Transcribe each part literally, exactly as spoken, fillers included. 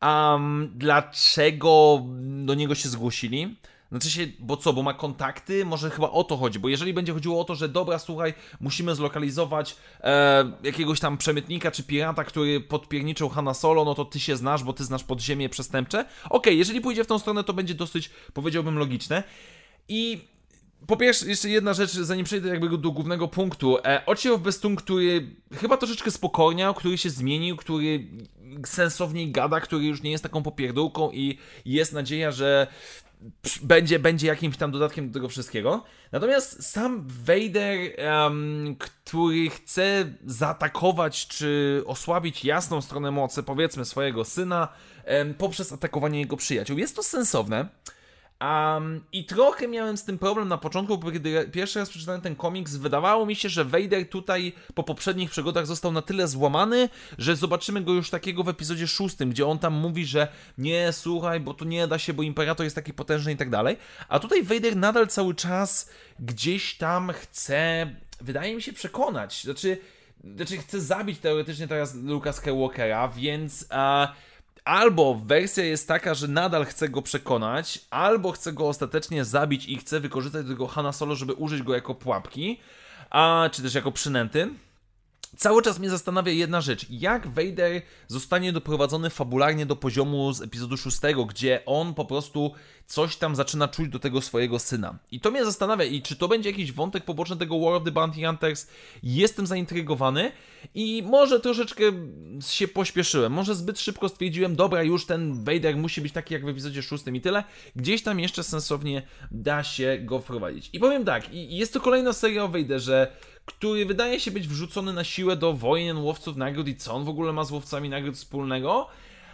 Um, dlaczego do niego się zgłosili? Znaczy się, bo co, bo ma kontakty? Może chyba o to chodzi, bo jeżeli będzie chodziło o to, że dobra, słuchaj, musimy zlokalizować e, jakiegoś tam przemytnika czy pirata, który podpierniczył Hanna Solo, no to ty się znasz, bo ty znasz podziemie przestępcze. Okej, okay, jeżeli pójdzie w tą stronę, to będzie dosyć, powiedziałbym, logiczne. I po pierwsze, jeszcze jedna rzecz, zanim przejdę jakby do głównego punktu. E, Ocio Bestun, który chyba troszeczkę spokorniał, który się zmienił, który sensowniej gada, który już nie jest taką popierdółką i jest nadzieja, że będzie, będzie jakimś tam dodatkiem do tego wszystkiego. Natomiast sam Vader, um, który chce zaatakować czy osłabić jasną stronę mocy, powiedzmy, swojego syna um, poprzez atakowanie jego przyjaciół. Jest to sensowne. Um, I trochę miałem z tym problem na początku, bo kiedy pierwszy raz przeczytałem ten komiks, wydawało mi się, że Vader tutaj po poprzednich przygodach został na tyle złamany, że zobaczymy go już takiego w epizodzie szóstym, gdzie on tam mówi, że nie, słuchaj, bo to nie da się, bo Imperator jest taki potężny i tak dalej. A tutaj Vader nadal cały czas gdzieś tam chce, wydaje mi się, przekonać. Znaczy, znaczy chce zabić teoretycznie teraz Luke'a Skywalkera, więc... Uh, Albo wersja jest taka, że nadal chce go przekonać, albo chce go ostatecznie zabić i chce wykorzystać tego Hanna Solo, żeby użyć go jako pułapki, a, czy też jako przynęty. Cały czas mnie zastanawia jedna rzecz. Jak Vader zostanie doprowadzony fabularnie do poziomu z epizodu szóstego, gdzie on po prostu coś tam zaczyna czuć do tego swojego syna. I to mnie zastanawia. I czy to będzie jakiś wątek poboczny tego War of the Bounty Hunters? Jestem zaintrygowany i może troszeczkę się pośpieszyłem. Może zbyt szybko stwierdziłem, dobra, już ten Vader musi być taki jak w epizodzie szóstym i tyle. Gdzieś tam jeszcze sensownie da się go wprowadzić. I powiem tak, i jest to kolejna seria o Vaderze, który wydaje się być wrzucony na siłę do wojen łowców nagród i co on w ogóle ma z łowcami nagród wspólnego.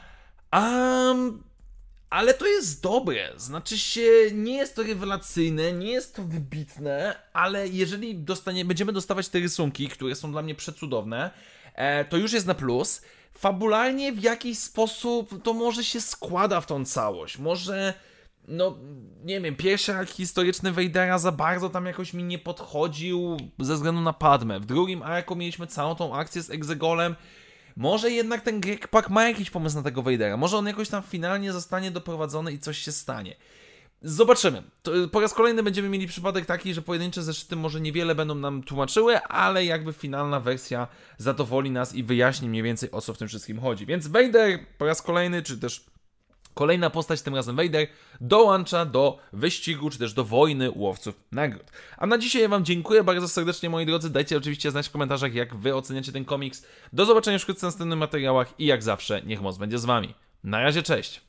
Um, ale to jest dobre, znaczy się, nie jest to rewelacyjne, nie jest to wybitne, ale jeżeli dostanie, będziemy dostawać te rysunki, które są dla mnie przecudowne, e, to już jest na plus. Fabularnie w jakiś sposób to może się składa w tą całość, może... No, nie wiem, pierwszy ark historyczny Vadera za bardzo tam jakoś mi nie podchodził ze względu na Padmę. W drugim arku mieliśmy całą tą akcję z Exegolem. Może jednak ten Greg Pak ma jakiś pomysł na tego Vadera. Może on jakoś tam finalnie zostanie doprowadzony i coś się stanie. Zobaczymy. To po raz kolejny będziemy mieli przypadek taki, że pojedyncze zeszyty może niewiele będą nam tłumaczyły, ale jakby finalna wersja zadowoli nas i wyjaśni mniej więcej, o co w tym wszystkim chodzi. Więc Vader po raz kolejny, czy też kolejna postać, tym razem Vader, dołącza do wyścigu, czy też do wojny łowców nagród. A na dzisiaj ja wam dziękuję bardzo serdecznie, moi drodzy. Dajcie oczywiście znać w komentarzach, jak wy oceniacie ten komiks. Do zobaczenia wkrótce w następnych materiałach i jak zawsze, niech moc będzie z wami. Na razie, cześć!